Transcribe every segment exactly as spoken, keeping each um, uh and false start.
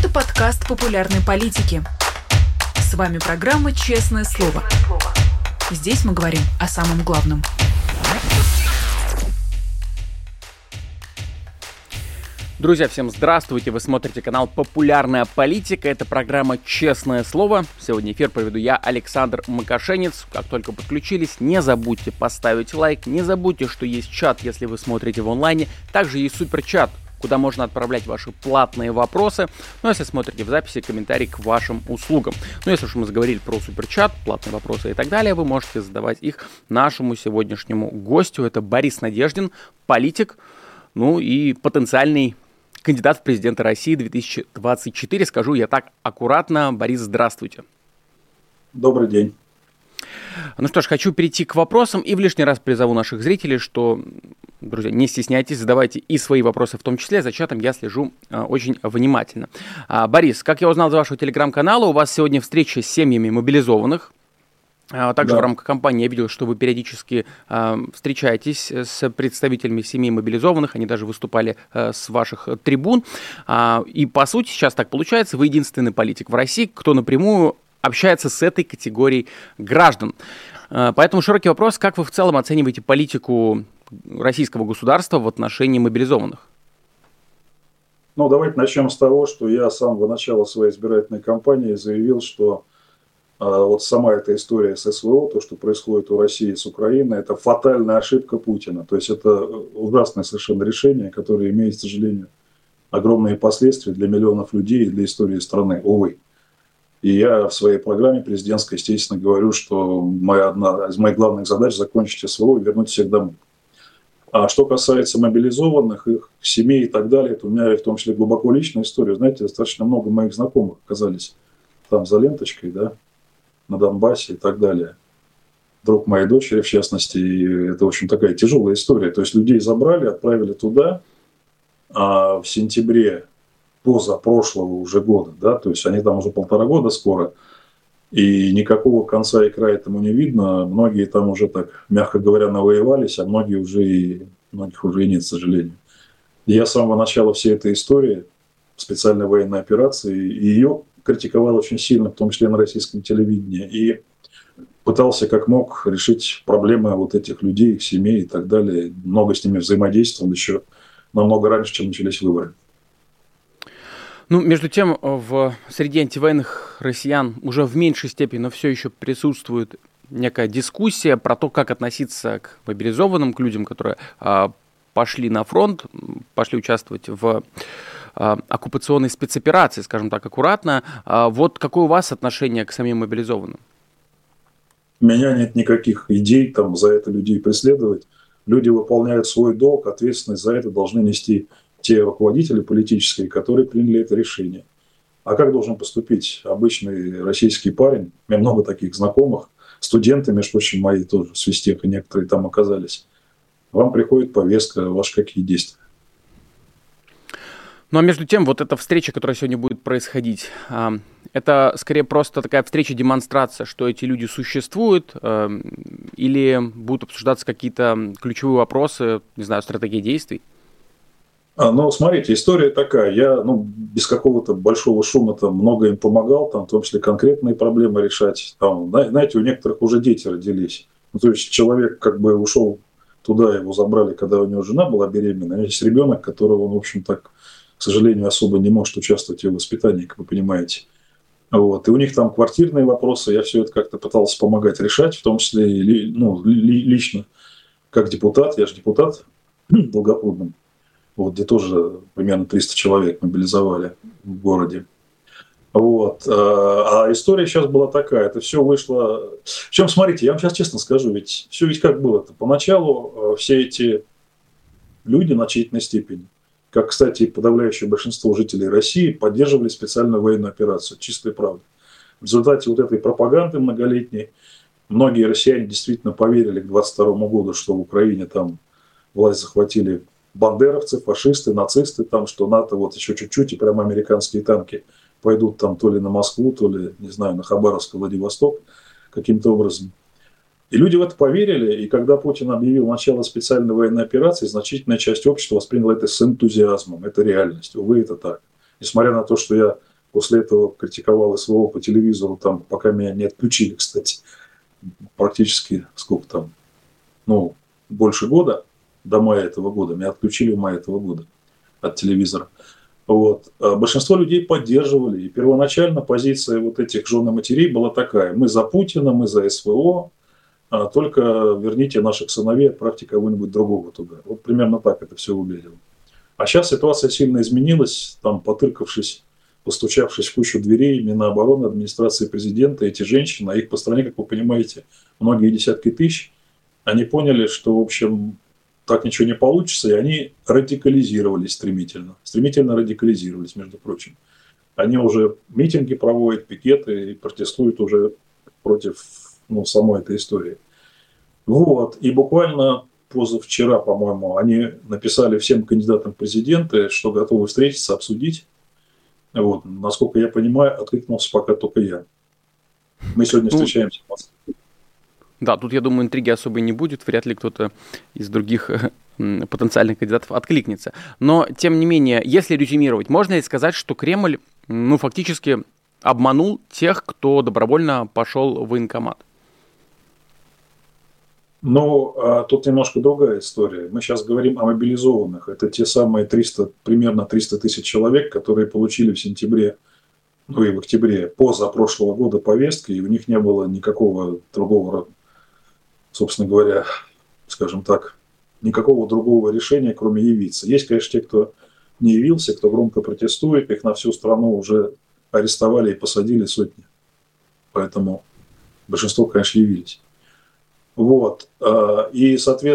Это подкаст популярной политики. С вами программа «Честное слово». Здесь мы говорим о самом главном. Друзья, всем здравствуйте! Вы смотрите канал «Популярная политика». Это программа «Честное слово». Сегодня эфир проведу я, Александр Макашенец. Как только подключились, не забудьте поставить лайк. Не забудьте, что есть чат, если вы смотрите в онлайне. Также есть суперчат, куда можно отправлять ваши платные вопросы. Ну, если смотрите в записи, комментарий к вашим услугам. Ну, если уж мы заговорили про суперчат, платные вопросы и так далее, вы можете задавать их нашему сегодняшнему гостю. Это Борис Надеждин, политик, ну и потенциальный кандидат в президенты России две тысячи двадцать четыре. Скажу я так аккуратно. Борис, здравствуйте. Добрый день. Ну что ж, хочу перейти к вопросам и в лишний раз призову наших зрителей, что, друзья, не стесняйтесь, задавайте и свои вопросы в том числе. За чатом я слежу а, очень внимательно. А, Борис, как я узнал из вашего телеграм-канала, у вас сегодня встреча с семьями мобилизованных. Также да. В рамках кампании я видел, что вы периодически э, встречаетесь с представителями семей мобилизованных, они даже выступали э, с ваших трибун. А, и по сути сейчас так получается, вы единственный политик в России, кто напрямую общается с этой категорией граждан. Э, поэтому широкий вопрос, как вы в целом оцениваете политику российского государства в отношении мобилизованных? Ну, давайте начнем с того, что я с самого начала своей избирательной кампании заявил, что вот сама эта история с СВО, то, что происходит у России с Украиной, это фатальная ошибка Путина. То есть это ужасное совершенно решение, которое имеет, к сожалению, огромные последствия для миллионов людей и для истории страны, увы. И я в своей программе президентской, естественно, говорю, что моя одна из моих главных задач – закончить СВО и вернуть всех домой. А что касается мобилизованных, их семей и так далее, это у меня в том числе глубоко личная история. Знаете, достаточно много моих знакомых оказались там за ленточкой, да, на Донбассе и так далее. Друг моей дочери, в частности, и это, в общем, такая тяжелая история. То есть людей забрали, отправили туда а в сентябре позапрошлого уже года, да, то есть они там уже полтора года скоро, и никакого конца и края этому не видно. Многие там уже, так, мягко говоря, навоевались, а многие уже и, многих уже и нет, к сожалению. И я с самого начала всей этой истории, специальной военной операции, и ее критиковал очень сильно, в том числе на российском телевидении, и пытался как мог решить проблемы вот этих людей, их семей и так далее. Много с ними взаимодействовал еще намного раньше, чем начались выборы. Ну, между тем, в среде антивоенных россиян уже в меньшей степени, но все еще присутствует некая дискуссия про то, как относиться к мобилизованным, к людям, которые а, пошли на фронт, пошли участвовать в оккупационной спецоперации, скажем так, аккуратно. Вот какое у вас отношение к самим мобилизованным? У меня нет никаких идей там за это людей преследовать. Люди выполняют свой долг, ответственность за это должны нести те руководители политические, которые приняли это решение. А как должен поступить обычный российский парень? У меня много таких знакомых, студенты, между прочим, мои тоже с физтеха, некоторые там оказались. Вам приходит повестка, ваши какие действия? Ну а между тем, вот эта встреча, которая сегодня будет происходить, это скорее просто такая встреча-демонстрация, что эти люди существуют, или будут обсуждаться какие-то ключевые вопросы, не знаю, стратегии действий? А, ну, смотрите, история такая. Я ну, без какого-то большого шума там много им помогал, там, в том числе конкретные проблемы решать. Там, знаете, у некоторых уже дети родились. Ну, то есть человек как бы ушел туда, его забрали, когда у него жена была беременна. А есть ребенок, которого он, в общем, так, к сожалению, особо не может участвовать в его воспитании, как вы понимаете. Вот. И у них там квартирные вопросы, я все это как-то пытался помогать решать, в том числе и ну, лично, как депутат, я же депутат Долгопрудный, вот, где тоже примерно триста человек мобилизовали в городе. Вот. А история сейчас была такая, это все вышло... Причем, смотрите, я вам сейчас честно скажу, ведь все ведь как было-то. Поначалу все эти люди в значительной степени, как, кстати, подавляющее большинство жителей России, поддерживали специальную военную операцию. Чистая правда. В результате вот этой пропаганды многолетней многие россияне действительно поверили к двадцать второму году, что в Украине там власть захватили бандеровцы, фашисты, нацисты, там, что НАТО вот еще чуть-чуть, и прямо американские танки пойдут там то ли на Москву, то ли, не знаю, на Хабаровск, Владивосток каким-то образом. И люди в это поверили, и когда Путин объявил начало специальной военной операции, значительная часть общества восприняла это с энтузиазмом. Это реальность. Увы, это так. Несмотря на то, что я После этого критиковал СВО по телевизору, там, пока меня не отключили, кстати, практически, сколько там, ну, больше года, до мая этого года, меня отключили в мае этого года от телевизора. Вот. А большинство людей поддерживали, и первоначально позиция вот этих жен и матерей была такая: мы за Путина, мы за СВО, а только верните наших сыновей, отправьте кого-нибудь другого туда. Вот примерно так это все выглядело. А сейчас ситуация сильно изменилась, там, потыркавшись, постучавшись в кучу дверей Минобороны, администрации президента, эти женщины, а их по стране, как вы понимаете, многие десятки тысяч, они поняли, что, в общем, так ничего не получится, и они радикализировались стремительно. Стремительно радикализировались, между прочим. Они уже митинги проводят, пикеты и протестуют уже против, ну, самой этой истории. Вот. И буквально позавчера, по-моему, они написали всем кандидатам в президенты, что готовы встретиться, обсудить. Вот. Насколько я понимаю, откликнулся пока только я. Мы сегодня ну, встречаемся в Москве. Да, тут, я думаю, интриги особой не будет. Вряд ли кто-то из других потенциальных кандидатов откликнется. Но, тем не менее, если резюмировать, можно ли сказать, что Кремль, ну, фактически обманул тех, кто добровольно пошел в военкомат? Ну, а тут немножко другая история. Мы сейчас говорим о мобилизованных. Это те самые триста, примерно триста тысяч человек, которые получили в сентябре, ну и в октябре позапрошлого года повестки, и у них не было никакого другого, собственно говоря, скажем так, никакого другого решения, кроме явиться. Есть, конечно, те, кто не явился, кто громко протестует, их на всю страну уже арестовали и посадили сотни. Поэтому большинство, конечно, явились. Вот. И,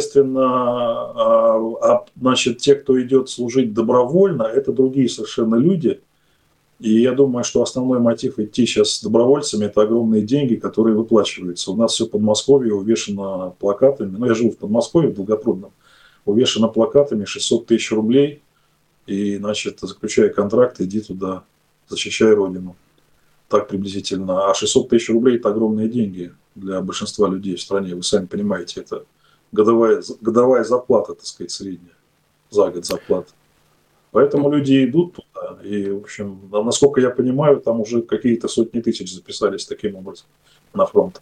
соответственно, значит, те, кто идет служить добровольно, это другие совершенно люди. И я думаю, что основной мотив идти сейчас с добровольцами – это огромные деньги, которые выплачиваются. У нас все Подмосковье увешано плакатами. Ну, я живу в Подмосковье, в Долгопрудном. Увешано плакатами шестьсот тысяч рублей. И, значит, заключая контракт, иди туда, защищай Родину. Так приблизительно. А шестьсот тысяч рублей – это огромные деньги для большинства людей в стране. Вы сами понимаете, это годовая, годовая зарплата, так сказать, средняя. За год зарплата. Поэтому люди идут туда. И, в общем, насколько я понимаю, там уже какие-то сотни тысяч записались таким образом на фронт.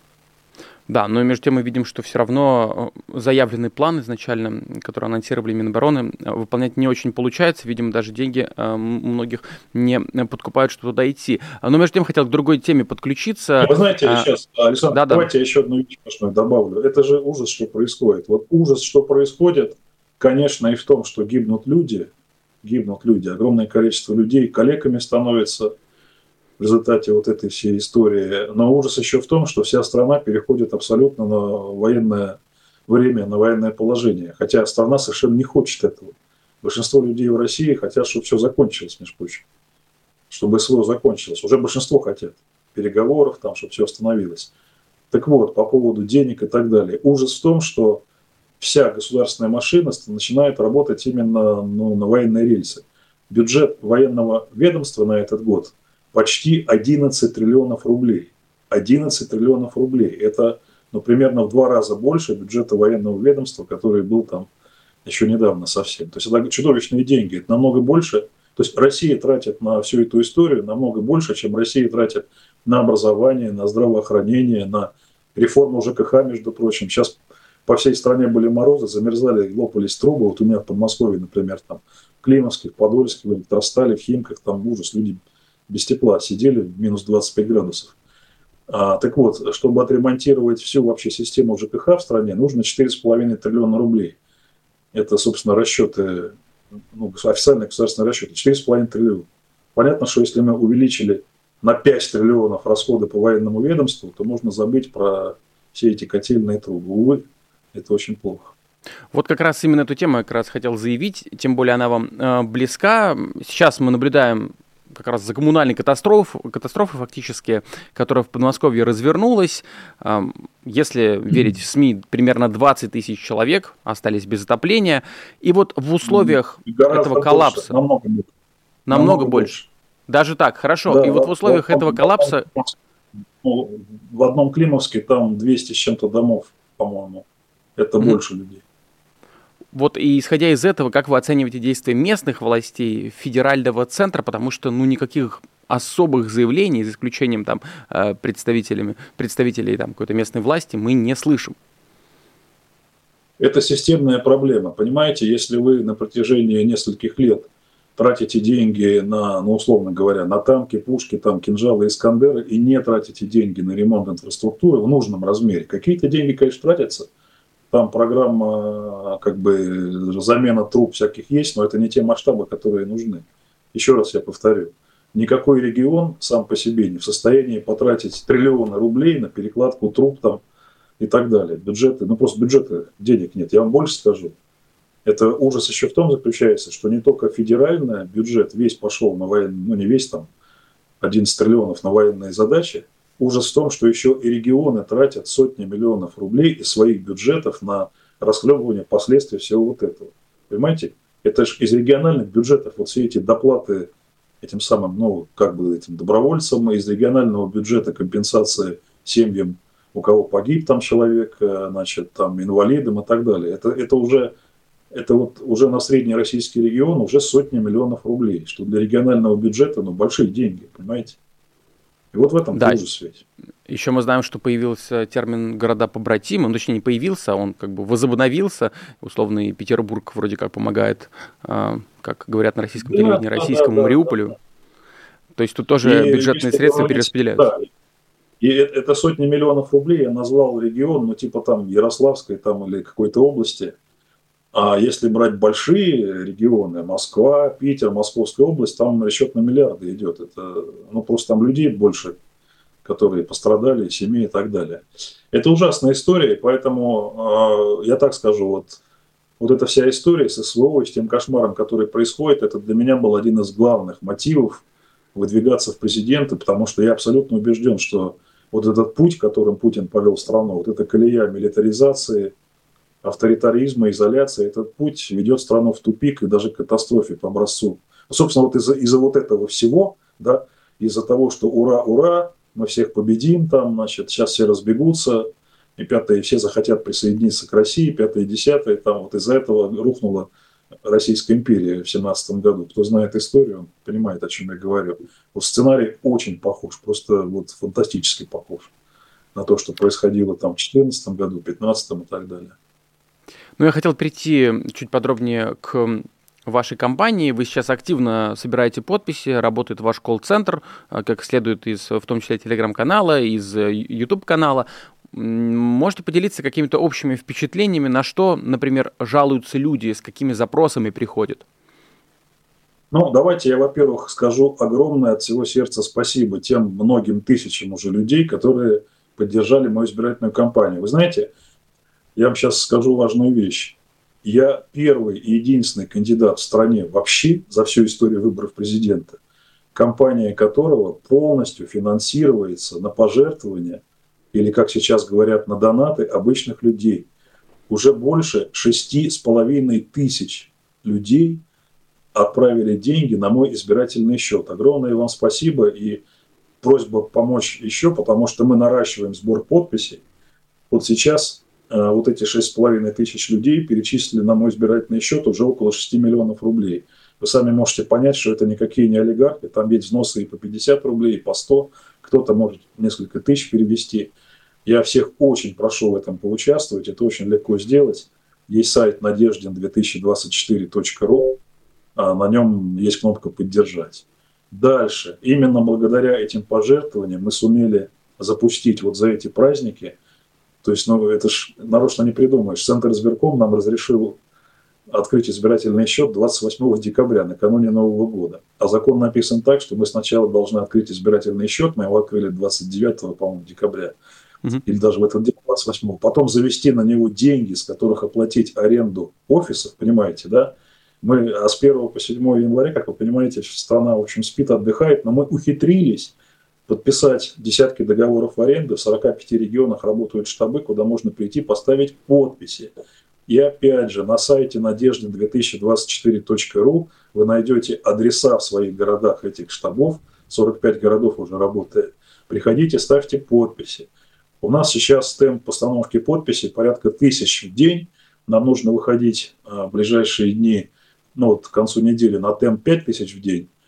Да, но между тем мы видим, что все равно заявленный план изначально, который анонсировали Минобороны, выполнять не очень получается. Видимо, даже деньги у многих не подкупают, чтобы туда идти. Но между тем хотел к другой теме подключиться. Вы знаете, а... сейчас, Александр, да, давайте да. я еще одну вещь добавлю. Это же ужас, что происходит. Вот ужас, что происходит, конечно, и в том, что гибнут люди, гибнут люди, огромное количество людей калеками становится в результате вот этой всей истории. Но ужас еще в том, что вся страна переходит абсолютно на военное время, на военное положение. Хотя страна совершенно не хочет этого. Большинство людей в России хотят, чтобы все закончилось, между прочим. Чтобы СВО закончилось. Уже большинство хотят переговоров, там, чтобы все остановилось. Так вот, по поводу денег и так далее. Ужас в том, что вся государственная машина начинает работать именно ну, на военные рельсы. Бюджет военного ведомства на этот год почти одиннадцать триллионов рублей. одиннадцать триллионов рублей. Это ну, примерно в два раза больше бюджета военного ведомства, который был там еще недавно совсем. То есть это чудовищные деньги. Это намного больше. То есть Россия тратит на всю эту историю намного больше, чем Россия тратит на образование, на здравоохранение, на реформу ЖКХ, между прочим. Сейчас по всей стране были морозы, замерзали, лопались трубы. Вот у меня в Подмосковье, например, там в Климовске, в Подольске, в Электростале, в Химках, там ужас, люди без тепла сидели, в минус двадцать пять градусов. А, так вот, чтобы отремонтировать всю вообще систему ЖКХ в стране, нужно четыре с половиной триллиона рублей. Это, собственно, расчеты, ну, официальные государственные расчеты, четыре с половиной триллиона. Понятно, что если мы увеличили на пять триллионов расходы по военному ведомству, то можно забыть про все эти котельные трубы. Увы, это очень плохо. Вот как раз именно эту тему я как раз хотел заявить, тем более она вам э, близка. Сейчас мы наблюдаем как раз за коммунальной катастрофой, катастрофой фактически, которая в Подмосковье развернулась. Если верить в СМИ, примерно двадцать тысяч человек остались без отопления. И вот в условиях этого коллапса... Больше, намного больше. Намного, намного больше. больше. Даже так, хорошо. Да, и вот в условиях в, этого в, коллапса... Ну, в одном Климовске там двести с чем-то домов, по-моему. Это mm-hmm. больше людей. Вот и исходя из этого, как вы оцениваете действия местных властей, федерального центра, потому что ну никаких особых заявлений, за исключением там представителями, представителей там, какой-то местной власти, мы не слышим. Это системная проблема. Понимаете, если вы на протяжении нескольких лет тратите деньги на, ну, условно говоря, на танки, пушки, там, кинжалы, искандеры, и не тратите деньги на ремонт инфраструктуры в нужном размере. Какие-то деньги, конечно, тратятся. Там программа, как бы, замена труб всяких есть, но это не те масштабы, которые нужны. Еще раз я повторю. Никакой регион сам по себе не в состоянии потратить триллионы рублей на перекладку труб там и так далее. Бюджеты, ну просто бюджета денег нет. Я вам больше скажу. Это ужас еще в том заключается, что не только федеральный бюджет весь пошел на военные, ну не весь там, одиннадцать триллионов на военные задачи. Ужас в том, что еще и регионы тратят сотни миллионов рублей из своих бюджетов на расхлебывание последствий всего вот этого. Понимаете? Это же из региональных бюджетов вот все эти доплаты этим самым, ну, как бы этим добровольцам, из регионального бюджета компенсации семьям, у кого погиб там человек, значит, там инвалидам и так далее. Это, это уже, это вот уже на среднероссийский регион уже сотни миллионов рублей, что для регионального бюджета, ну, большие деньги, понимаете? И вот в этом да. ужас ведь. Еще мы знаем, что появился термин «города-побратимы», ну, точнее, не появился, он как бы возобновился. Условный Петербург вроде как помогает, как говорят на российском да, телевидении, да, российскому да, да, Мариуполю. Да, да. То есть тут тоже и, бюджетные средства говорить, перераспределяются. Да. И это сотни миллионов рублей, я назвал регион, ну, типа там Ярославской там, или какой-то области. А если брать большие регионы, Москва, Питер, Московская область, там расчет на миллиарды идет. Это, ну, просто там людей больше, которые пострадали, семьи и так далее. Это ужасная история, поэтому э, я так скажу, вот, вот эта вся история с СВО, с тем кошмаром, который происходит, это для меня был один из главных мотивов выдвигаться в президенты, потому что я абсолютно убежден, что вот этот путь, которым Путин повел страну, вот эта колея милитаризации, авторитаризма, изоляции, этот путь ведет страну в тупик и даже к катастрофе по образцу. Собственно, вот из-за, из-за вот этого всего, да, из-за того, что ура, ура, мы всех победим, там, значит, сейчас все разбегутся, и пятое, все захотят присоединиться к России, пятое, десятое, там вот из-за этого рухнула Российская империя в семнадцатом году. Кто знает историю, он понимает, о чем я говорю. Вот сценарий очень похож, просто вот фантастически похож на то, что происходило там в четырнадцатом году, пятнадцатом и так далее. Ну, я хотел перейти чуть подробнее к вашей компании. Вы сейчас активно собираете подписи, работает ваш колл-центр, как следует из, в том числе, телеграм-канала, из YouTube-канала. Можете поделиться какими-то общими впечатлениями, на что, например, жалуются люди, с какими запросами приходят? Ну, давайте я, во-первых, скажу огромное от всего сердца спасибо тем многим тысячам уже людей, которые поддержали мою избирательную кампанию. Вы знаете, я вам сейчас скажу важную вещь. Я первый и единственный кандидат в стране вообще за всю историю выборов президента, кампания которого полностью финансируется на пожертвования, или, как сейчас говорят, на донаты обычных людей. Уже больше шести с половиной тысяч людей отправили деньги на мой избирательный счет. Огромное вам спасибо и просьба помочь еще, потому что мы наращиваем сбор подписей. Вот сейчас э, вот эти шесть с половиной тысяч людей перечислили на мой избирательный счет уже около шести миллионов рублей. Вы сами можете понять, что это никакие не олигархи, там ведь взносы и по пятьдесят рублей, и по сто, кто-то может несколько тысяч перевести. Я всех очень прошу в этом поучаствовать, это очень легко сделать. Есть сайт надеждин две тысячи двадцать четыре точка ру, на нем есть кнопка «Поддержать». Дальше, именно благодаря этим пожертвованиям мы сумели запустить вот за эти праздники, то есть, ну, это ж нарочно не придумаешь, Центр избирком нам разрешил открыть избирательный счет двадцать восьмого декабря, накануне Нового года. А закон написан так, что мы сначала должны открыть избирательный счет, мы его открыли двадцать девятого, по-моему, декабря, угу. Или даже в этот день, двадцать восьмого. Потом завести на него деньги, с которых оплатить аренду офисов, понимаете, да? Мы, а с первого по седьмое января, как вы понимаете, страна, в общем, спит, отдыхает, но мы ухитрились подписать десятки договоров аренды. В сорока пяти регионах работают штабы, куда можно прийти, поставить подписи. И опять же, на сайте надеждин две тысячи двадцать четыре точка ру вы найдете адреса в своих городах этих штабов. сорок пять городов уже работает. Приходите, ставьте подписи. У нас сейчас темп постановки подписей порядка тысячи в день. Нам нужно выходить в ближайшие дни, ну вот к концу недели, на темп пять тысяч в день.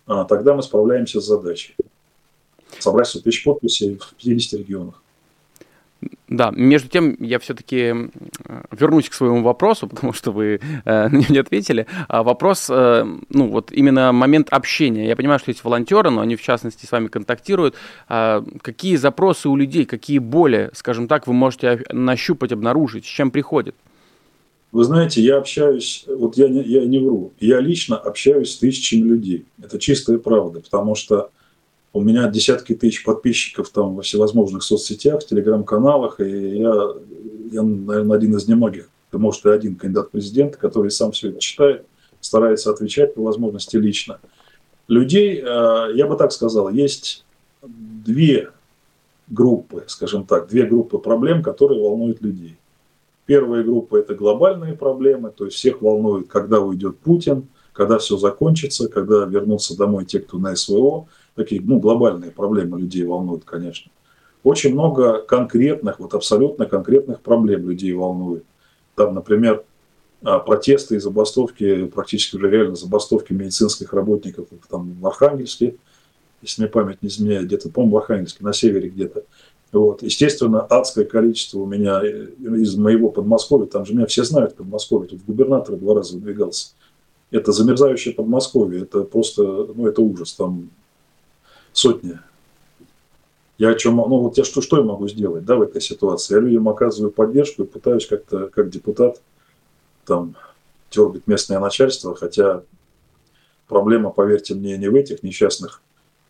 а, тогда мы справляемся с задачей. Собрать сто тысяч подписей в пятидесяти регионах. Да, между тем, я все-таки вернусь к своему вопросу, потому что вы э, не ответили. А вопрос, э, ну вот именно момент общения. Я понимаю, что есть волонтеры, но они в частности с вами контактируют. А какие запросы у людей, какие боли, скажем так, вы можете нащупать, обнаружить, с чем приходят? Вы знаете, я общаюсь, вот я не, я не вру, я лично общаюсь с тысячами людей. Это чистая правда, потому что у меня десятки тысяч подписчиков там во всевозможных соцсетях, телеграм-каналах, и я, я, наверное, один из немногих, может, и один кандидат в президенты, который сам все это читает, старается отвечать по возможности лично. Людей, я бы так сказал, есть две группы, скажем так, две группы проблем, которые волнуют людей. Первая группа – это глобальные проблемы, то есть всех волнует, когда уйдет Путин, когда все закончится, когда вернутся домой те, кто на СВО. Такие, ну, глобальные проблемы людей волнуют, конечно. Очень много конкретных, вот абсолютно конкретных проблем людей волнует. Там, например, протесты и забастовки, практически уже реально забастовки медицинских работников там, в Архангельске, если мне память не изменяет, где-то, по-моему, в Архангельске, на севере где-то. Вот. Естественно, адское количество у меня из моего Подмосковья, там же меня все знают Подмосковье, тут в губернатора два раза выдвигался. Это замерзающее Подмосковье, это просто, ну, это ужас, там сотни. Я о чем, ну, вот я что, что я могу сделать, да, в этой ситуации? Я людям оказываю поддержку и пытаюсь как-то, как депутат, там, дергать местное начальство, хотя проблема, поверьте мне, не в этих несчастных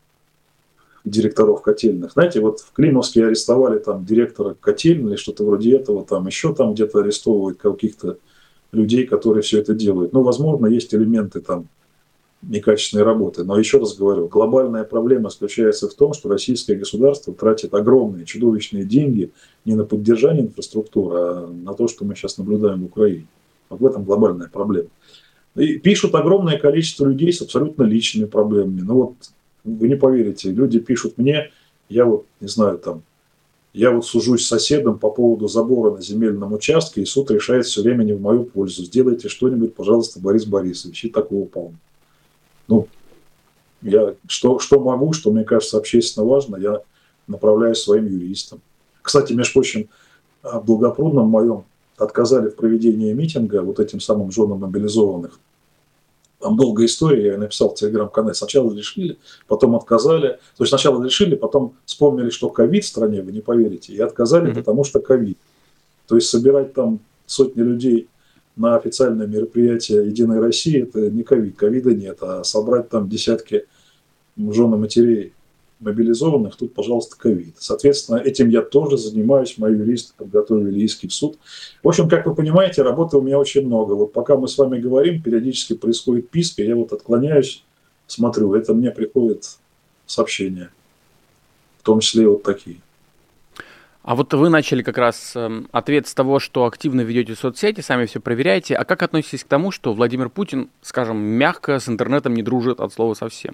директоров котельных. Знаете, вот в Климовске арестовали там директора котельной или что-то вроде этого, там еще там где-то арестовывают каких-то людей, которые все это делают. Ну, возможно, есть элементы там некачественной работы. Но еще раз говорю, глобальная проблема заключается в том, что российское государство тратит огромные, чудовищные деньги не на поддержание инфраструктуры, а на то, что мы сейчас наблюдаем в Украине. Вот в этом глобальная проблема. И пишут огромное количество людей с абсолютно личными проблемами. Ну вот, вы не поверите, люди пишут мне, я вот, не знаю, там, я вот сужусь с соседом по поводу забора на земельном участке, и суд решает все время не в мою пользу. Сделайте что-нибудь, пожалуйста, Борис Борисович. И такого полно. Ну, я что, что могу, что мне кажется общественно важно, я направляю своим юристам. Кстати, между прочим, в Благопрудном моем отказали в проведении митинга вот этим самым женам мобилизованных. Там долгая история, я написал в телеграм-канале. Сначала решили, потом отказали. То есть сначала решили, потом вспомнили, что ковид в стране, вы не поверите, и отказали, mm-hmm. потому что ковид. То есть собирать там сотни людей на официальное мероприятие Единой России, это не ковид, ковида нет, а собрать там десятки жен и матерей мобилизованных, тут, пожалуйста, ковид. Соответственно, этим я тоже занимаюсь, мои юристы подготовили иски в суд. В общем, как вы понимаете, работы у меня очень много. Вот пока мы с вами говорим, периодически происходит писка, я вот отклоняюсь, смотрю, это мне приходят сообщения, в том числе и вот такие. А вот вы начали как раз э, ответ с того, что активно ведете соцсети, сами все проверяете. А как относитесь к тому, что Владимир Путин, скажем, мягко с интернетом не дружит от слова совсем?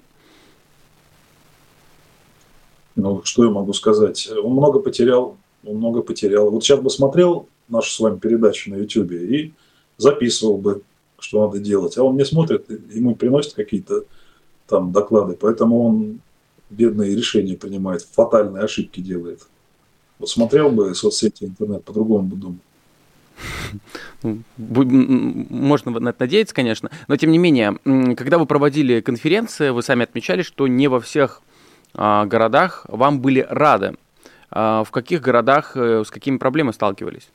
Ну, что я могу сказать? Он много потерял, он много потерял. Вот сейчас бы смотрел нашу с вами передачу на Ютубе и записывал бы, что надо делать. А он не смотрит, ему приносят какие-то там доклады, поэтому он бедные решения принимает, фатальные ошибки делает. Вот смотрел бы соцсети, интернет, по-другому бы думал. Можно на это надеяться, конечно, но тем не менее, когда вы проводили конференции, вы сами отмечали, что не во всех городах вам были рады. В каких городах с какими проблемами сталкивались?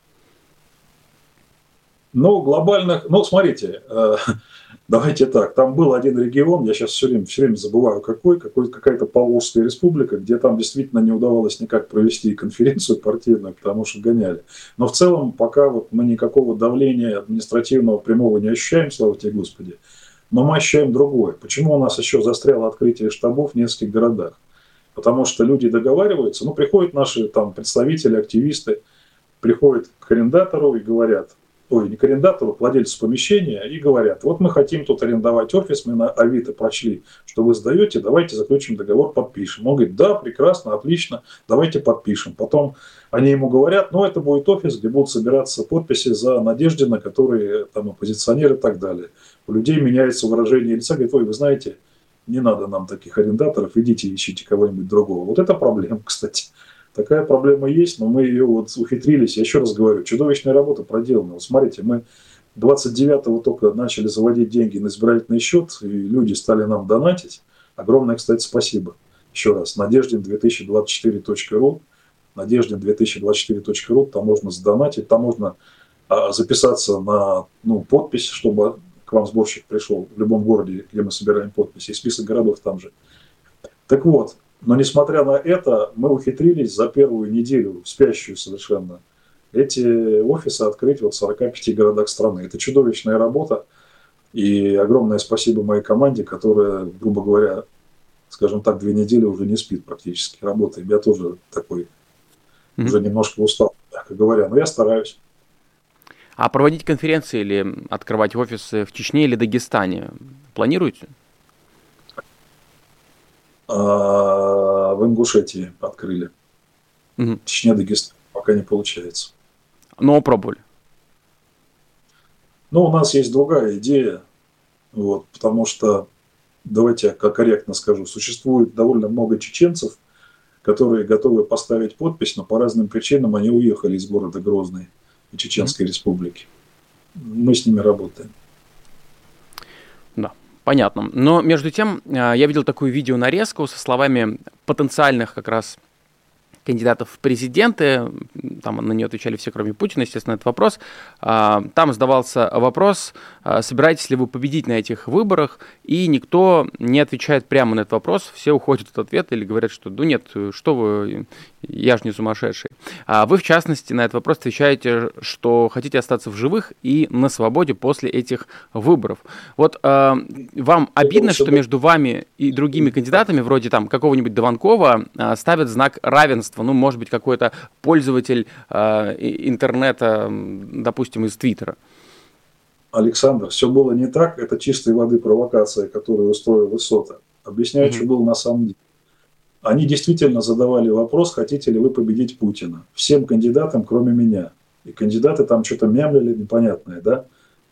Ну, глобальных... Ну, смотрите, давайте так. Там был один регион, я сейчас все время, все время забываю какой, какой какая-то Поволжская республика, где там действительно не удавалось никак провести конференцию партийную, потому что гоняли. Но в целом пока вот мы никакого давления административного прямого не ощущаем, слава тебе Господи. Но мы ощущаем другое. Почему у нас еще застряло открытие штабов в нескольких городах? Потому что люди договариваются, ну, приходят наши там представители, активисты, приходят к арендатору и говорят, ой, не к арендатору, к владельцу помещения, и говорят, вот мы хотим тут арендовать офис, мы на Авито прочли, что вы сдаете, давайте заключим договор, подпишем. Он говорит, да, прекрасно, отлично, давайте подпишем. Потом они ему говорят, ну, это будет офис, где будут собираться подписи за Надеждина, которые там оппозиционеры и так далее. У людей меняется выражение лица, говорит, ой, вы знаете, не надо нам таких арендаторов, идите ищите кого-нибудь другого. Вот это проблема, кстати. Такая проблема есть, но мы ее вот ухитрились. Я еще раз говорю, чудовищная работа проделана. Вот смотрите, мы двадцать девятого только начали заводить деньги на избирательный счет, и люди стали нам донатить. Огромное, кстати, спасибо. Еще раз, надеждин две тысячи двадцать четыре точка ру, надеждин две тысячи двадцать четыре точка ру, там можно сдонатить, там можно а, записаться на ну, подпись, чтобы к вам сборщик пришел в любом городе, где мы собираем подписи, и список городов там же. Так вот, но несмотря на это, мы ухитрились за первую неделю, спящую совершенно, эти офисы открыть вот в сорока пяти городах страны. Это чудовищная работа. И огромное спасибо моей команде, которая, грубо говоря, скажем так, две недели уже не спит практически, работаем. Я тоже такой, mm-hmm. уже немножко устал, мягко говоря, но я стараюсь. А проводить конференции или открывать офисы в Чечне или Дагестане планируете? А, в Ингушетии открыли. Mm-hmm. Чечня, Дагестан пока не получается. Но пробовали. Ну, у нас есть другая идея, вот, потому что, давайте я как корректно скажу, существует довольно много чеченцев, которые готовы поставить подпись, но по разным причинам они уехали из города Грозный и Чеченской mm-hmm. республики. Мы с ними работаем. Да, понятно. Но между тем, я видел такую видеонарезку со словами потенциальных как раз кандидатов в президенты, там на нее отвечали все, кроме Путина, естественно, этот вопрос. Там задавался вопрос, собираетесь ли вы победить на этих выборах, и никто не отвечает прямо на этот вопрос, все уходят от ответа или говорят, что ну нет, что вы, я же не сумасшедший. А вы, в частности, на этот вопрос отвечаете, что хотите остаться в живых и на свободе после этих выборов. Вот вам обидно, что между вами и другими кандидатами, вроде там какого-нибудь Дованкова, ставят знак равенства? Ну, может быть, какой-то пользователь э, интернета, допустим, из Твиттера. Александр, все было не так. Это чистой воды провокация, которую устроил Высота. Объясняю, mm-hmm. что было на самом деле. Они действительно задавали вопрос, хотите ли вы победить Путина. Всем кандидатам, кроме меня. И кандидаты там что-то мямлили непонятное, да?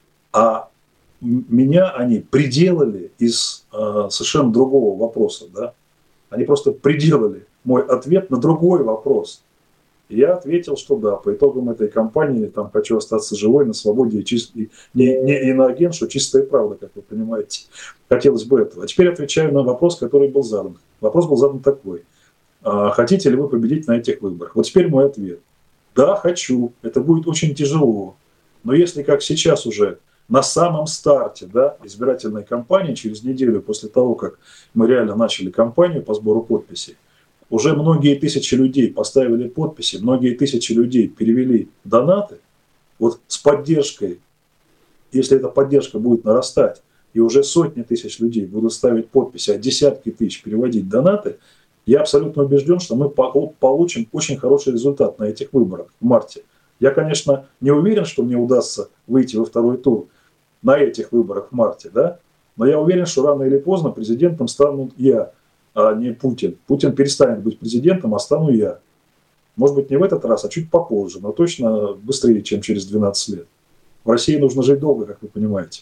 А меня они приделали из э, совершенно другого вопроса, да? Они просто приделали мой ответ на другой вопрос. И я ответил, что да, по итогам этой кампании там хочу остаться живой, на свободе, и чист... и, не, не иноагент, что чистая правда, как вы понимаете. Хотелось бы этого. А теперь отвечаю на вопрос, который был задан. Вопрос был задан такой. А, хотите ли вы победить на этих выборах? Вот теперь мой ответ. Да, хочу. Это будет очень тяжело. Но если как сейчас уже на самом старте, да, избирательной кампании, через неделю после того, как мы реально начали кампанию по сбору подписей, уже многие тысячи людей поставили подписи, многие тысячи людей перевели донаты. Вот с поддержкой, если эта поддержка будет нарастать, и уже сотни тысяч людей будут ставить подписи, а десятки тысяч переводить донаты, я абсолютно убежден, что мы получим очень хороший результат на этих выборах в марте. Я, конечно, не уверен, что мне удастся выйти во второй тур на этих выборах в марте, да? Но я уверен, что рано или поздно президентом стану я, а не Путин. Путин перестанет быть президентом, а стану я. Может быть, не в этот раз, а чуть попозже, но точно быстрее, чем через двенадцать лет. В России нужно жить долго, как вы понимаете.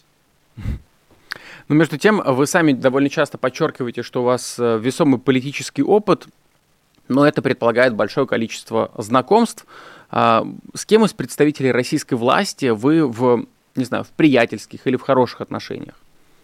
Но между тем, вы сами довольно часто подчеркиваете, что у вас весомый политический опыт, но это предполагает большое количество знакомств. С кем из представителей российской власти вы в, не знаю, в приятельских или в хороших отношениях?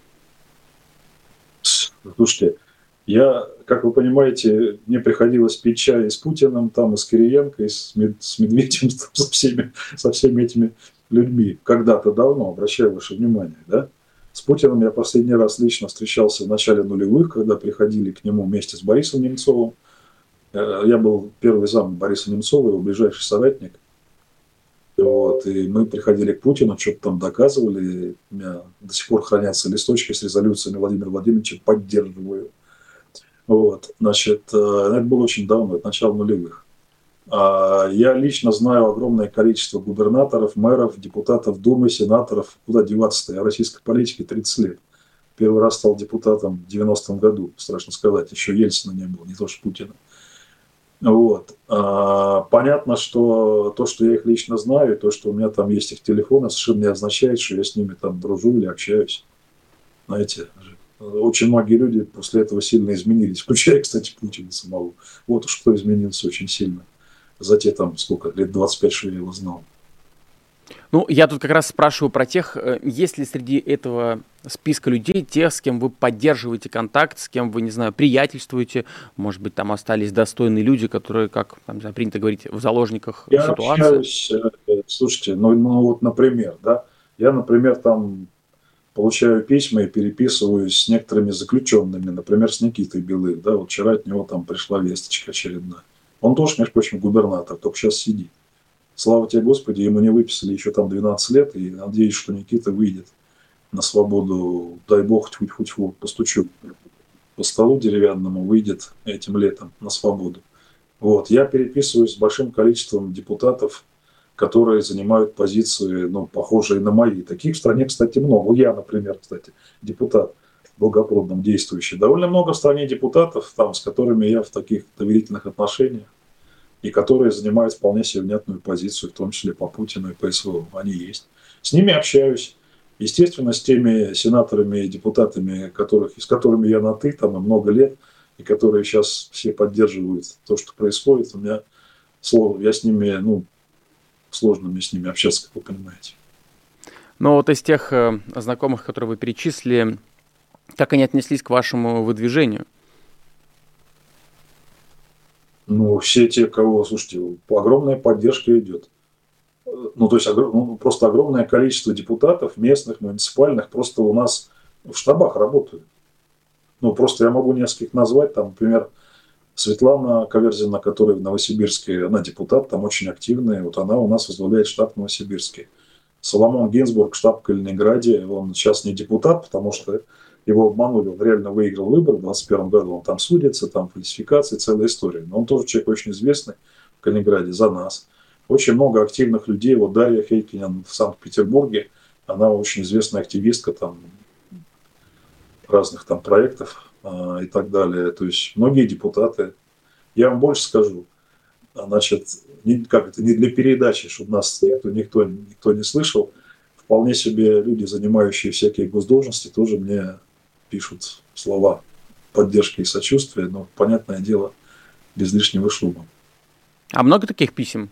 Слушайте, я, как вы понимаете, мне приходилось пить чай и с Путиным, там, и с Кириенко, и с, Мед, с Медведевым, со всеми, со всеми этими людьми. Когда-то давно, обращаю ваше внимание, да? С Путиным я последний раз лично встречался в начале нулевых, когда приходили к нему вместе с Борисом Немцовым. Я был первый зам Бориса Немцова, его ближайший соратник. Вот, и мы приходили к Путину, что-то там доказывали. У меня до сих пор хранятся листочки с резолюциями Владимира Владимировича «Поддерживаю». Вот, значит, это было очень давно, это начало нулевых. Я лично знаю огромное количество губернаторов, мэров, депутатов Думы, сенаторов. Куда деваться-то? Я в российской политике тридцать лет. Первый раз стал депутатом в девяностом году, страшно сказать. Еще Ельцина не было, не то что Путина. Вот. Понятно, что то, что я их лично знаю, то, что у меня там есть их телефоны, совершенно не означает, что я с ними там дружу или общаюсь. Знаете, очень многие люди после этого сильно изменились, включая, кстати, Путина самого. Вот уж кто изменился очень сильно за те там, сколько, лет двадцать пять, что я его знал. Ну, я тут как раз спрашиваю про тех, есть ли среди этого списка людей тех, с кем вы поддерживаете контакт, с кем вы, не знаю, приятельствуете, может быть, там остались достойные люди, которые, как там принято говорить, в заложниках я ситуации. Общаюсь, слушайте, ну, ну вот, например, да, я, например, там получаю письма и переписываюсь с некоторыми заключенными, например, с Никитой Белых, да, вот вчера от него там пришла весточка очередная. Он тоже, между прочим, губернатор, только сейчас сидит. Слава тебе, Господи, ему не выписали еще там двенадцать лет, и надеюсь, что Никита выйдет на свободу. Дай бог, тьфу-тьфу-тьфу, постучу по столу деревянному, выйдет этим летом на свободу. Вот. Я переписываюсь с большим количеством депутатов, которые занимают позиции, ну, похожие на мои. Таких в стране, кстати, много. Я, например, кстати, депутат в Долгопрудном действующий. Довольно много в стране депутатов, там, с которыми я в таких доверительных отношениях, и которые занимают вполне себе внятную позицию, в том числе по Путину и по СВО. Они есть. С ними общаюсь. Естественно, с теми сенаторами и депутатами, которых, с которыми я на «ты», там и много лет, и которые сейчас все поддерживают то, что происходит, у меня слово, я с ними, ну, сложно мне с ними общаться, как вы понимаете. Но вот из тех э, знакомых, которые вы перечислили, как они отнеслись к вашему выдвижению? Ну, все те, кого, слушайте, огромная поддержка идет. Ну, то есть, ну, просто огромное количество депутатов местных, муниципальных, просто у нас в штабах работают. Ну, просто я могу нескольких назвать, там, например, Светлана Каверзина, которая в Новосибирске, она депутат, там очень активная, вот она у нас возглавляет штаб в Новосибирске. Соломон Гинзбург, штаб в Калининграде, он сейчас не депутат, потому что его обманули, он реально выиграл выборы в двадцать первом году, он там судится, там фальсификации, целая история. Но он тоже человек очень известный в Калининграде за нас. Очень много активных людей, вот Дарья Хейкинен в Санкт-Петербурге, она очень известная активистка там разных там проектов э, и так далее. То есть многие депутаты, я вам больше скажу, значит, не, как это, не для передачи, чтобы нас никто, никто, никто не слышал, вполне себе люди, занимающие всякие госдолжности, тоже мне пишут слова поддержки и сочувствия, но, понятное дело, без лишнего шума. А много таких писем?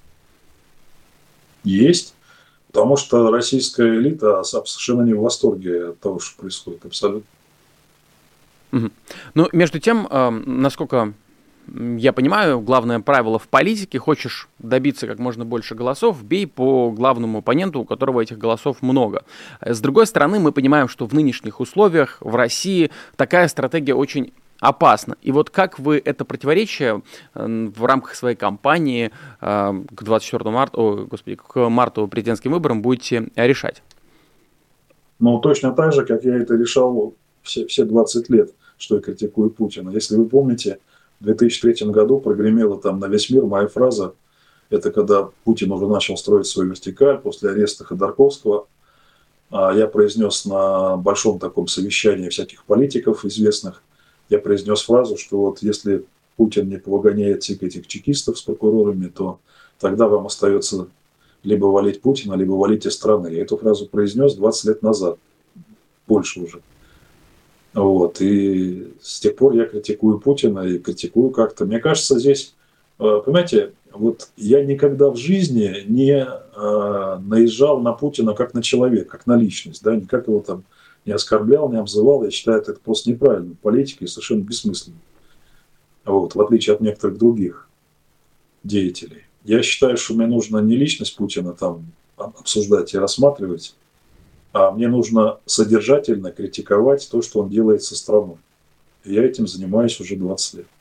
Есть, потому что российская элита совершенно не в восторге от того, что происходит, абсолютно. Угу. Ну, между тем, э, насколько я понимаю, главное правило в политике: хочешь добиться как можно больше голосов, бей по главному оппоненту, у которого этих голосов много. С другой стороны, мы понимаем, что в нынешних условиях в России такая стратегия очень опасна. И вот как вы это противоречие в рамках своей кампании к двадцать четвёртому марта, о, господи, к марту президентским выборам будете решать? Ну, точно так же, как я это решал все, все двадцать лет, что я критикую Путина. Если вы помните, в две тысячи третьем году прогремела там на весь мир моя фраза, это когда Путин уже начал строить свою вертикаль после ареста Ходорковского. Я произнес на большом таком совещании всяких политиков известных, я произнес фразу, что вот если Путин не повыгоняет всех этих чекистов с прокурорами, то тогда вам остается либо валить Путина, либо валить из страны. Я эту фразу произнес двадцать лет назад, больше уже. Вот. И с тех пор я критикую Путина и критикую как-то. Мне кажется, здесь, понимаете, вот я никогда в жизни не наезжал на Путина как на человека, как на личность, да, никак его там не оскорблял, не обзывал. Я считаю, это просто неправильно. Политика и совершенно бессмысленно. Вот, в отличие от некоторых других деятелей. Я считаю, что мне нужно не личность Путина там обсуждать и рассматривать, а мне нужно содержательно критиковать то, что он делает со страной. И я этим занимаюсь уже двадцать лет.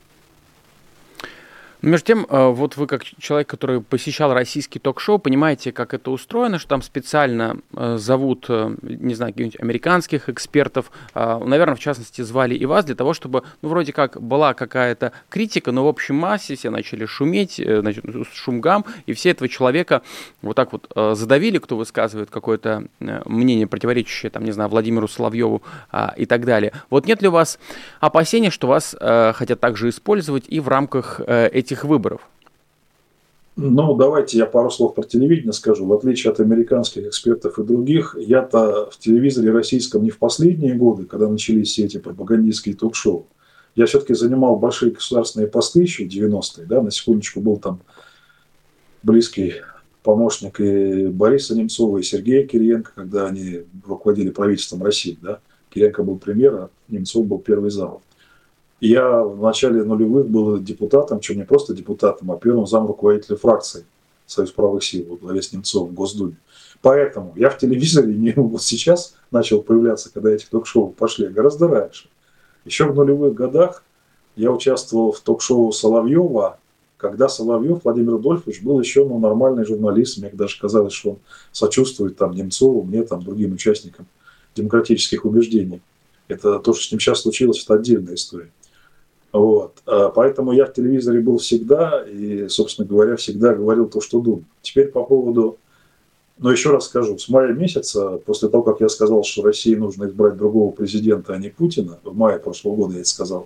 Между тем, вот вы как человек, который посещал российский ток-шоу, понимаете, как это устроено, что там специально зовут, не знаю, каких-нибудь американских экспертов, наверное, в частности, звали и вас для того, чтобы, ну, вроде как была какая-то критика, но в общей массе все начали шуметь, значит, шум-гам, и все этого человека вот так вот задавили, кто высказывает какое-то мнение, противоречащее, там, не знаю, Владимиру Соловьеву и так далее. Вот нет ли у вас опасения, что вас хотят также использовать и в рамках этих этих выборов? Ну, давайте я пару слов про телевидение скажу. В отличие от американских экспертов и других, я-то в телевизоре российском не в последние годы, когда начались все эти пропагандистские ток-шоу. Я все-таки занимал большие государственные посты еще в девяностые, да, на секундочку был там близкий помощник и Бориса Немцова, и Сергея Кириенко, когда они руководили правительством России, да. Кириенко был премьер, а Немцов был первый зам. Я в начале нулевых был депутатом, что не просто депутатом, а первым замруководителя фракции Союз правых сил во главе с Немцовым в Госдуме. Поэтому я в телевизоре не вот сейчас начал появляться, когда эти ток-шоу пошли, а гораздо раньше. Еще в нулевых годах я участвовал в ток-шоу Соловьева, когда Соловьев Владимир Адольфович был еще ну, нормальный журналист. Мне даже казалось, что он сочувствует там, Немцову, мне, там, другим участникам демократических убеждений. Это то, что с ним сейчас случилось, это отдельная история. Вот. Поэтому я в телевизоре был всегда и, собственно говоря, всегда говорил то, что думал. Теперь по поводу, но еще раз скажу, с мая месяца, после того, как я сказал, что России нужно избрать другого президента, а не Путина, в мае прошлого года я это сказал,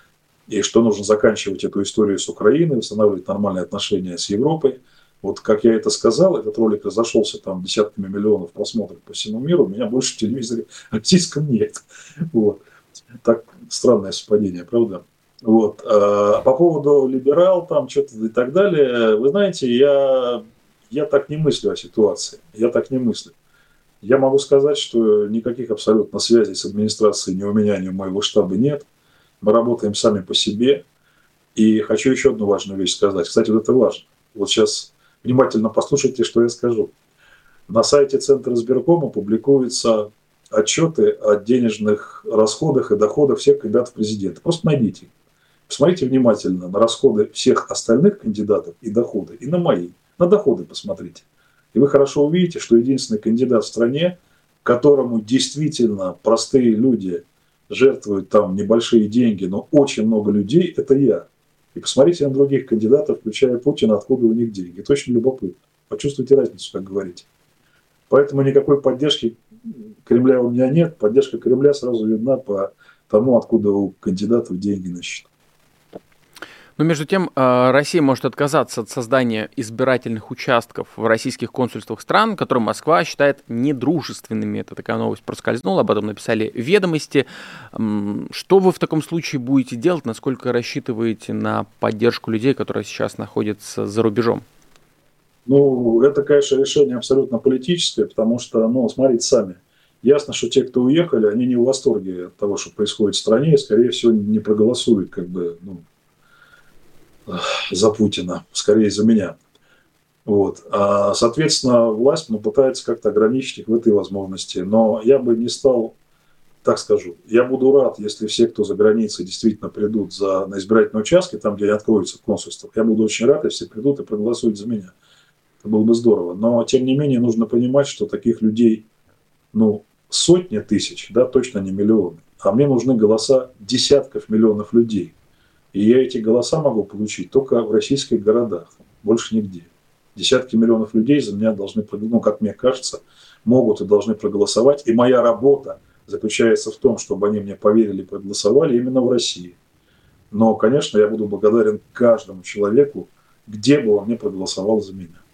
и что нужно заканчивать эту историю с Украиной, восстанавливать нормальные отношения с Европой. Вот как я это сказал, этот ролик разошелся там десятками миллионов просмотров по всему миру, у меня больше в телевизоре российском нет. Вот. Так странное совпадение, правда? Вот. А по поводу либерал, там что-то и так далее, вы знаете, я, я так не мыслю о ситуации. Я так не мыслю. Я могу сказать, что никаких абсолютно связей с администрацией ни у меня, ни у моего штаба нет. Мы работаем сами по себе. И хочу еще одну важную вещь сказать. Кстати, вот это важно. Вот сейчас внимательно послушайте, что я скажу. На сайте Центра избиркома публикуются отчеты о денежных расходах и доходах всех кандидатов в президенты. Просто найдите. Посмотрите внимательно на расходы всех остальных кандидатов и доходы, и на мои. На доходы посмотрите. И вы хорошо увидите, что единственный кандидат в стране, которому действительно простые люди жертвуют там небольшие деньги, но очень много людей, это я. И посмотрите на других кандидатов, включая Путина, откуда у них деньги. Это очень любопытно. Почувствуйте разницу, как говорите. Поэтому никакой поддержки Кремля у меня нет. Поддержка Кремля сразу видна по тому, откуда у кандидатов деньги на счету. Но между тем, Россия может отказаться от создания избирательных участков в российских консульствах стран, которые Москва считает недружественными. Это такая новость проскользнула, об этом написали «Ведомости». Что вы в таком случае будете делать? Насколько рассчитываете на поддержку людей, которые сейчас находятся за рубежом? Ну, это, конечно, решение абсолютно политическое, потому что, ну, смотрите сами. Ясно, что те, кто уехали, они не в восторге от того, что происходит в стране, и, скорее всего, не проголосуют, как бы, ну, за Путина, скорее за меня. Вот. А, соответственно, власть ну, пытается как-то ограничить их в этой возможности. Но я бы не стал, так скажу, я буду рад, если все, кто за границей, действительно придут за, на избирательные участки, там, где они откроются в консульствах. Я буду очень рад, если придут и проголосуют за меня. Это было бы здорово. Но, тем не менее, нужно понимать, что таких людей, ну, сотни тысяч, да, точно не миллионы. А мне нужны голоса десятков миллионов людей. И я эти голоса могу получить только в российских городах, больше нигде. Десятки миллионов людей за меня должны, ну, как мне кажется, могут и должны проголосовать. И моя работа заключается в том, чтобы они мне поверили и проголосовали именно в России. Но, конечно, я буду благодарен каждому человеку, где бы он не проголосовал за меня.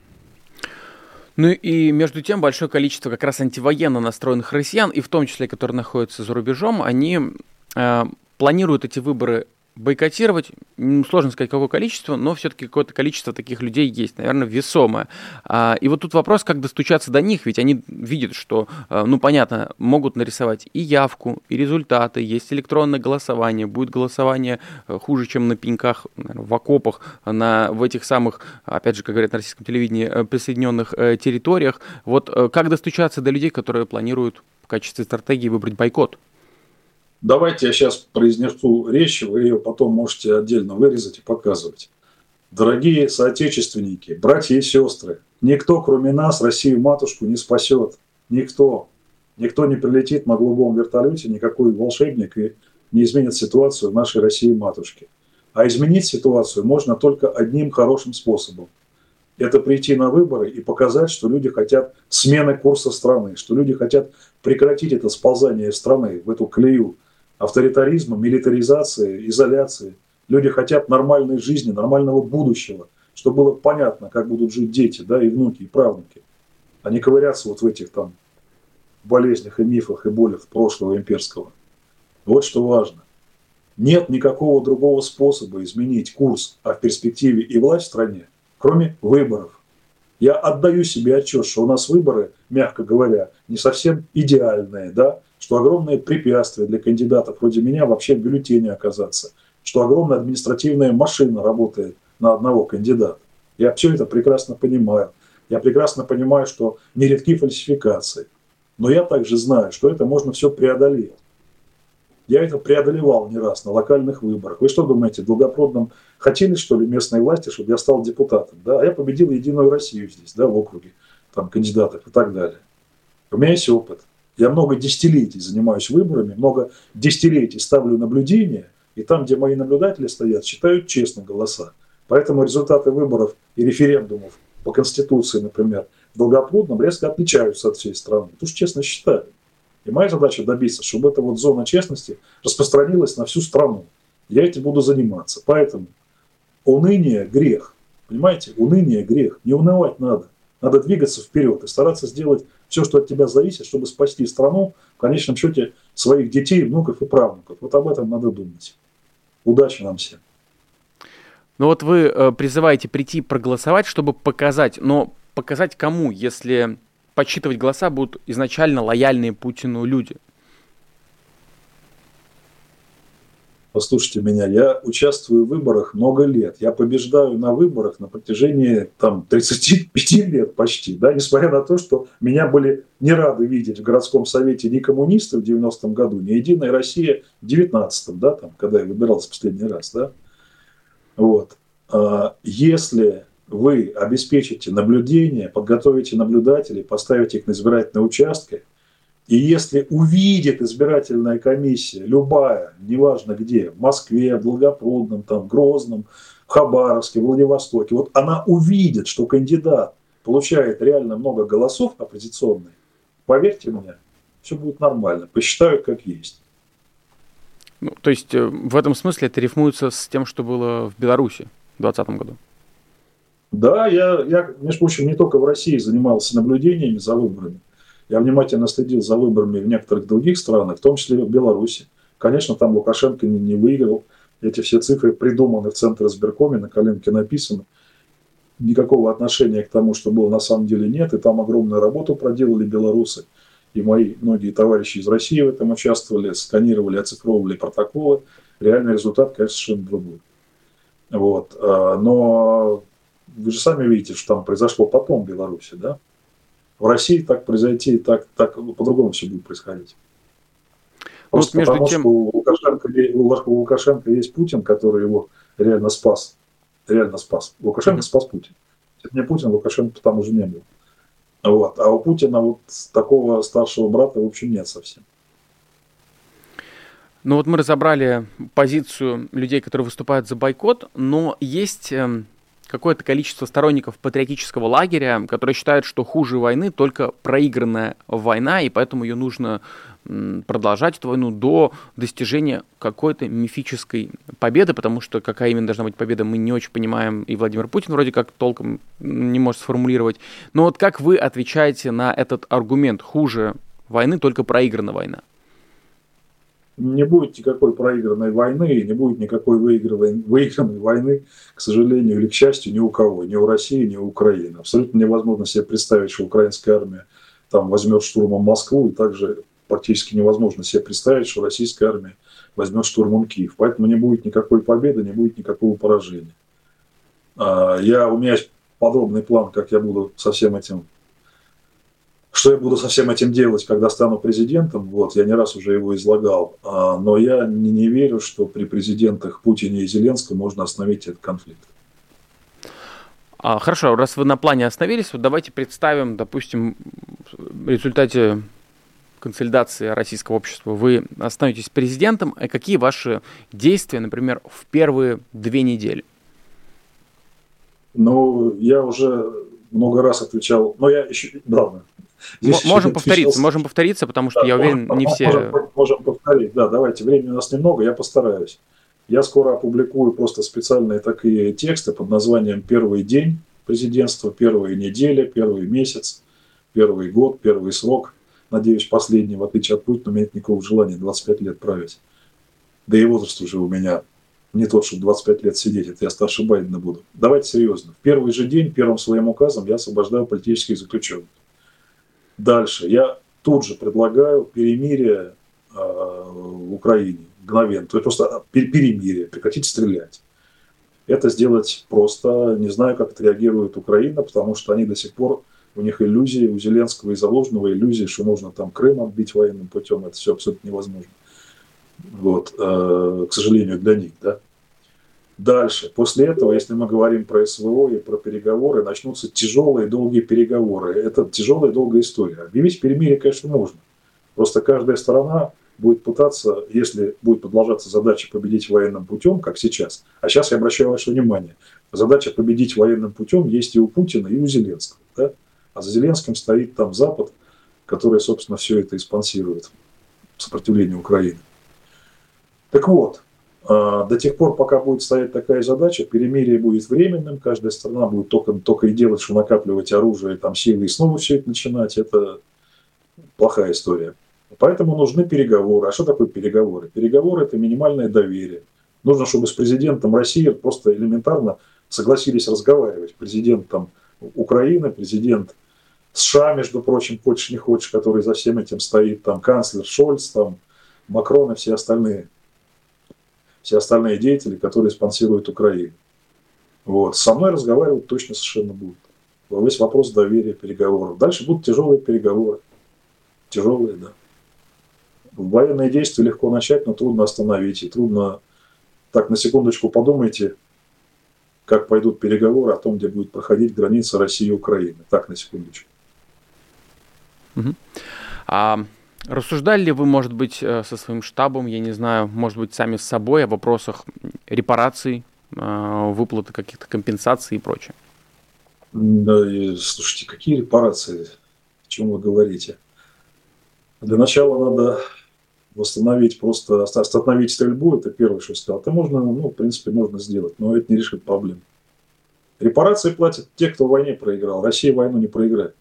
Ну и между тем большое количество как раз антивоенно настроенных россиян, и в том числе, которые находятся за рубежом, они э, планируют эти выборы бойкотировать, сложно сказать, какое количество, но все-таки какое-то количество таких людей есть, наверное, весомое. И вот тут вопрос, как достучаться до них, ведь они видят, что, ну, понятно, могут нарисовать и явку, и результаты, есть электронное голосование, будет голосование хуже, чем на пеньках, наверное, в окопах, на, в этих самых, опять же, как говорят на российском телевидении, присоединенных территориях. Вот как достучаться до людей, которые планируют в качестве стратегии выбрать бойкот? Давайте я сейчас произнесу речь, вы ее потом можете отдельно вырезать и показывать. Дорогие соотечественники, братья и сестры, никто, кроме нас, Россию-матушку не спасет. Никто. Никто не прилетит на голубом вертолете, никакой волшебник и не изменит ситуацию в нашей России-матушке. А изменить ситуацию можно только одним хорошим способом. Это прийти на выборы и показать, что люди хотят смены курса страны, что люди хотят прекратить это сползание страны в эту колею авторитаризма, милитаризации, изоляции. Люди хотят нормальной жизни, нормального будущего. чтобы было понятно, как будут жить дети, да, и внуки, и правнуки, а не ковыряться вот в этих там болезнях и мифах и болях прошлого имперского. Вот что важно. Нет никакого другого способа изменить курс, а в перспективе и власть в стране, кроме выборов. Я отдаю себе отчет, что у нас выборы, мягко говоря, не совсем идеальные, да, что огромное препятствие для кандидатов вроде меня вообще в бюллетене оказаться, что огромная административная машина работает на одного кандидата. Я все это прекрасно понимаю. Я прекрасно понимаю, что нередки фальсификации. Но я также знаю, что это можно все преодолеть. Я это преодолевал не раз на локальных выборах. Вы что думаете, в Долгопрудном хотели, что ли, местные власти, чтобы я стал депутатом? Да? А я победил Единую Россию здесь, да, в округе, там, кандидатов и так далее. У меня есть опыт. Я много десятилетий занимаюсь выборами, много десятилетий ставлю наблюдения, и там, где мои наблюдатели стоят, считают честно голоса. Поэтому результаты выборов и референдумов по Конституции, например, в Долгопрудном резко отличаются от всей страны. Потому что честно считают. И моя задача добиться, чтобы эта вот зона честности распространилась на всю страну. Я этим буду заниматься. Поэтому уныние – грех. Понимаете? Уныние – грех. Не унывать надо. Надо двигаться вперед и стараться сделать все, что от тебя зависит, чтобы спасти страну, в конечном счете, своих детей, внуков и правнуков. Вот об этом надо думать. Удачи нам всем. Ну вот вы э, призываете прийти проголосовать, чтобы показать, но показать кому, если подсчитывать голоса будут изначально лояльные Путину люди? Послушайте меня, я участвую в выборах много лет. Я побеждаю на выборах на протяжении там, тридцати пяти лет почти. Да? Несмотря на то, что меня были не рады видеть в городском совете ни коммунисты в девяностом году, ни Единая Россия в девятнадцатом, да, там, когда я выбирался в последний раз. Да? Вот. Если вы обеспечите наблюдение, подготовите наблюдателей, поставите их на избирательные участки, и если увидит избирательная комиссия, любая, неважно где, в Москве, в Долгопрудном, там, в Грозном, в Хабаровске, в Владивостоке, вот она увидит, что кандидат получает реально много голосов оппозиционных, поверьте мне, все будет нормально, посчитают как есть. Ну, то есть в этом смысле это рифмуется с тем, что было в Беларуси в двадцатом году? Да, я, я, между прочим, не только в России занимался наблюдениями за выборами. Я внимательно следил за выборами в некоторых других странах, в том числе в Беларуси. Конечно, там Лукашенко не, не выиграл. Эти все цифры придуманы в Центре избиркоме, на коленке написаны. Никакого отношения к тому, что было на самом деле, нет. И там огромную работу проделали белорусы. И мои многие товарищи из России в этом участвовали, сканировали, оцифровывали протоколы. Реальный результат, конечно, совершенно другой. Вот. Но вы же сами видите, что там произошло потом в Беларуси, да? В России так произойти, так, так по-другому все будет происходить. Просто вот потому, тем... что у Лукашенко, у Лукашенко есть Путин, который его реально спас. Реально спас. Лукашенко спас Путина. Это не Путин, Лукашенко там уже не был. Вот. А у Путина вот такого старшего брата, в общем, нет совсем. Ну вот мы разобрали позицию людей, которые выступают за бойкот, но есть какое-то количество сторонников патриотического лагеря, которые считают, что хуже войны только проигранная война, и поэтому ее нужно продолжать, эту войну, до достижения какой-то мифической победы, потому что какая именно должна быть победа, мы не очень понимаем, и Владимир Путин вроде как толком не может сформулировать. Но вот как вы отвечаете на этот аргумент «хуже войны только проигранная война»? Не будет никакой проигранной войны, не будет никакой выигранной, выигранной войны, к сожалению или к счастью, ни у кого, ни у России, ни у Украины. Абсолютно невозможно себе представить, что украинская армия там возьмет штурмом Москву, и также практически невозможно себе представить, что российская армия возьмет штурмом Киев. Поэтому не будет никакой победы, не будет никакого поражения. Я, у меня есть подробный план, как я буду со всем этим Что я буду со всем этим делать, когда стану президентом, вот, я не раз уже его излагал, а, но я не, не верю, что при президентах Путине и Зеленском можно остановить этот конфликт. А, хорошо, раз вы на плане остановились, вот давайте представим, допустим, в результате консолидации российского общества вы становитесь президентом, а какие ваши действия, например, в первые две недели? Ну, я уже много раз отвечал, но я еще, да, Здесь можем повториться, отвечал... можем повториться, потому что да, я уверен, можем, не все... Можем, можем повторить, да, давайте, времени у нас немного, я постараюсь. Я скоро опубликую просто специальные такие тексты под названием «Первый день президентства», «Первая неделя», «Первый месяц», «Первый год», «Первый срок». Надеюсь, последний, в отличие от Путина, у меня нет никакого желания двадцать пять лет править. Да и возраст уже у меня не тот, чтобы двадцать пять лет сидеть, это я старше Байдена буду. Давайте серьезно. В первый же день, первым своим указом я освобождаю политических заключенных. Дальше. Я тут же предлагаю перемирие э, в Украине. Мгновенно. То есть просто перемирие, прекратить стрелять. Это сделать просто. Не знаю, как отреагирует Украина, потому что они до сих пор, у них иллюзии, у Зеленского и Залужного иллюзии, что можно там Крым отбить военным путем. Это все абсолютно невозможно. Вот, э, к сожалению, для них, да. Дальше, после этого, если мы говорим про СВО и про переговоры, начнутся тяжелые долгие переговоры. Это тяжелая долгая история. Объявить перемирие, конечно, можно. Просто каждая сторона будет пытаться, если будет продолжаться задача победить военным путем, как сейчас. А сейчас я обращаю ваше внимание, задача победить военным путем есть и у Путина, и у Зеленского, да? А за Зеленским стоит там Запад, который, собственно, все это и спонсирует, сопротивление Украины. Так вот, до тех пор, пока будет стоять такая задача, перемирие будет временным, каждая страна будет только, только и делать, что накапливать оружие, там, силы, и снова все это начинать. Это плохая история. Поэтому нужны переговоры. А что такое переговоры? Переговоры – это минимальное доверие. Нужно, чтобы с президентом России просто элементарно согласились разговаривать. Президент там, Украины, президент США, между прочим, хочешь не хочешь, который за всем этим стоит, там, канцлер Шольц, там, Макрон и все остальные. Все остальные деятели, которые спонсируют Украину. Вот. Со мной разговаривать точно совершенно будут. Весь вопрос доверия, переговоров. Дальше будут тяжелые переговоры. Тяжелые, да. Военные действия легко начать, но трудно остановить. И трудно... Так, на секундочку подумайте, как пойдут переговоры о том, где будет проходить граница России и Украины. Так, на секундочку. Угу. А... Рассуждали ли вы, может быть, со своим штабом, я не знаю, может быть, сами с собой о вопросах репараций, выплаты каких-то компенсаций и прочее? Да, и, слушайте, какие репарации? О чем вы говорите? Для начала надо восстановить, просто остановить стрельбу, это первое, что я сказал. Это можно, ну, в принципе, можно сделать, но это не решит проблем. Репарации платят те, кто в войне проиграл. Россия войну не проиграет.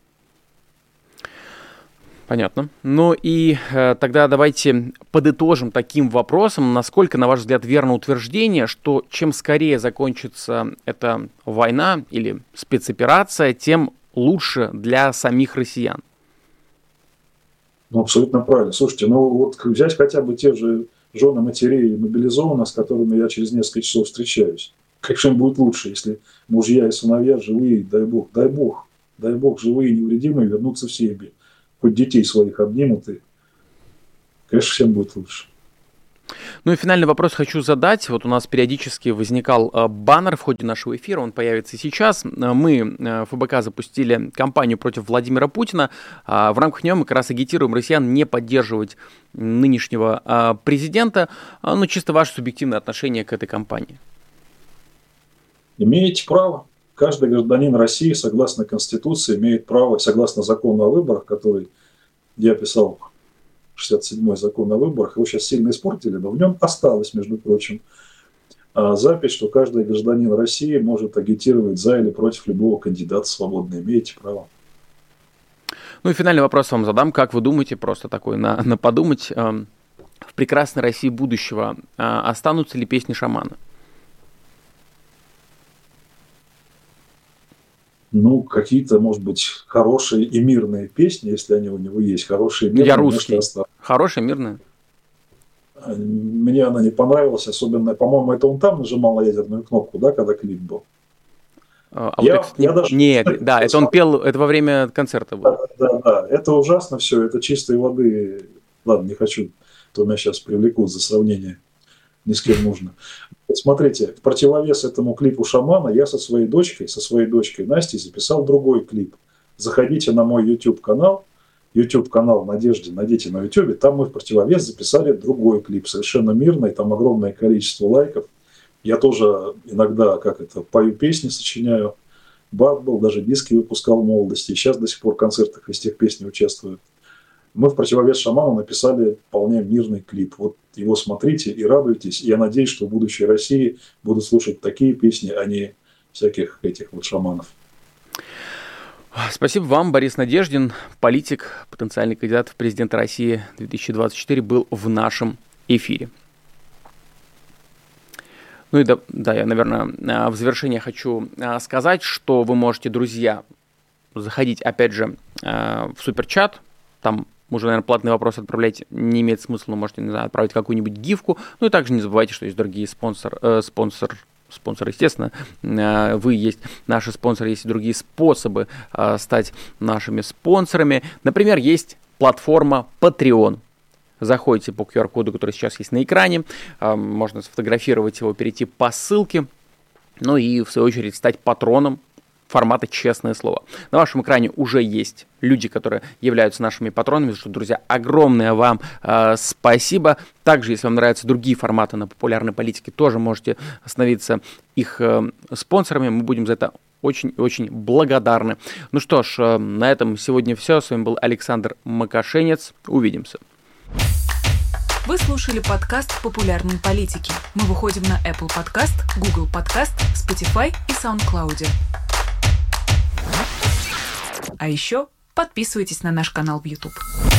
Понятно. Ну и э, тогда давайте подытожим таким вопросом, насколько, на ваш взгляд, верно утверждение, что чем скорее закончится эта война или спецоперация, тем лучше для самих россиян? Ну, абсолютно правильно. Слушайте, ну вот взять хотя бы те же жены матерей мобилизованных, с которыми я через несколько часов встречаюсь. Конечно, им будет лучше, если мужья и сыновья живые, дай бог, дай бог, дай бог, живые и невредимые вернутся в семьи. Хоть детей своих обнимут, и, конечно, всем будет лучше. Ну и финальный вопрос хочу задать. Вот у нас периодически возникал э, баннер в ходе нашего эфира, он появится и сейчас. Мы, э, ФБК, запустили кампанию против Владимира Путина. Э, в рамках нее мы как раз агитируем россиян не поддерживать нынешнего э, президента. Э, ну, чисто ваше субъективное отношение к этой кампании. Имеете право. Каждый гражданин России, согласно Конституции, имеет право, согласно закону о выборах, который я писал, шестьдесят седьмой закон о выборах, его сейчас сильно испортили, но в нем осталось, между прочим, запись, что каждый гражданин России может агитировать за или против любого кандидата свободно. Имеете право. Ну и финальный вопрос вам задам. Как вы думаете, просто такой на, на подумать, э, в прекрасной России будущего э, останутся ли песни шамана? Ну, какие-то, может быть, хорошие и мирные песни, если они у него есть. Хорошие и мирные. Я русский. Хорошая, мирная? Мне она не понравилась, особенно, по-моему, это он там нажимал на ядерную кнопку, да, когда клип был? А, я, вот я не, даже... Нет, да, это он пел, это во время концерта было. Да, да, да, это ужасно все, это чистой воды. Ладно, не хочу, то меня сейчас привлекут за сравнение. Ни с кем нужно. Смотрите, в противовес этому клипу «Шамана» я со своей дочкой, со своей дочкой Настей записал другой клип. Заходите на мой YouTube-канал, YouTube-канал Надежды найдите на YouTube, там мы в противовес записали другой клип, совершенно мирный, там огромное количество лайков. Я тоже иногда, как это, пою песни, сочиняю. Бат был, даже диски выпускал в молодости, и сейчас до сих пор в концертах из тех песней участвую. Мы в противовес шаману написали вполне мирный клип. Вот его смотрите и радуйтесь. Я надеюсь, что в будущей России будут слушать такие песни, а не всяких этих вот шаманов. Спасибо вам, Борис Надеждин, политик, потенциальный кандидат в президенты России две тысячи двадцать четыре, был в нашем эфире. Ну и да, да, я, наверное, в завершение хочу сказать, что вы можете, друзья, заходить, опять же, в суперчат. Там уже, наверное, платные вопросы отправлять не имеет смысла, но можете, не знаю, отправить какую-нибудь гифку. Ну и также не забывайте, что есть другие спонсоры, э, спонсор, спонсоры, естественно, э, вы есть наши спонсоры, есть и другие способы э, стать нашими спонсорами. Например, есть платформа Patreon. Заходите по ку ар-коду, который сейчас есть на экране, э, можно сфотографировать его, перейти по ссылке, ну и в свою очередь стать патроном формата «Честное слово». На вашем экране уже есть люди, которые являются нашими патронами, за что, друзья, огромное вам э, спасибо. Также, если вам нравятся другие форматы на популярной политике, тоже можете становиться их э, спонсорами. Мы будем за это очень-очень благодарны. Ну что ж, э, на этом сегодня все. С вами был Александр Макашенец. Увидимся. Вы слушали подкаст «Популярные политики». Мы выходим на Apple Podcast, Google Podcast, Spotify и SoundCloud. А еще подписывайтесь на наш канал в YouTube.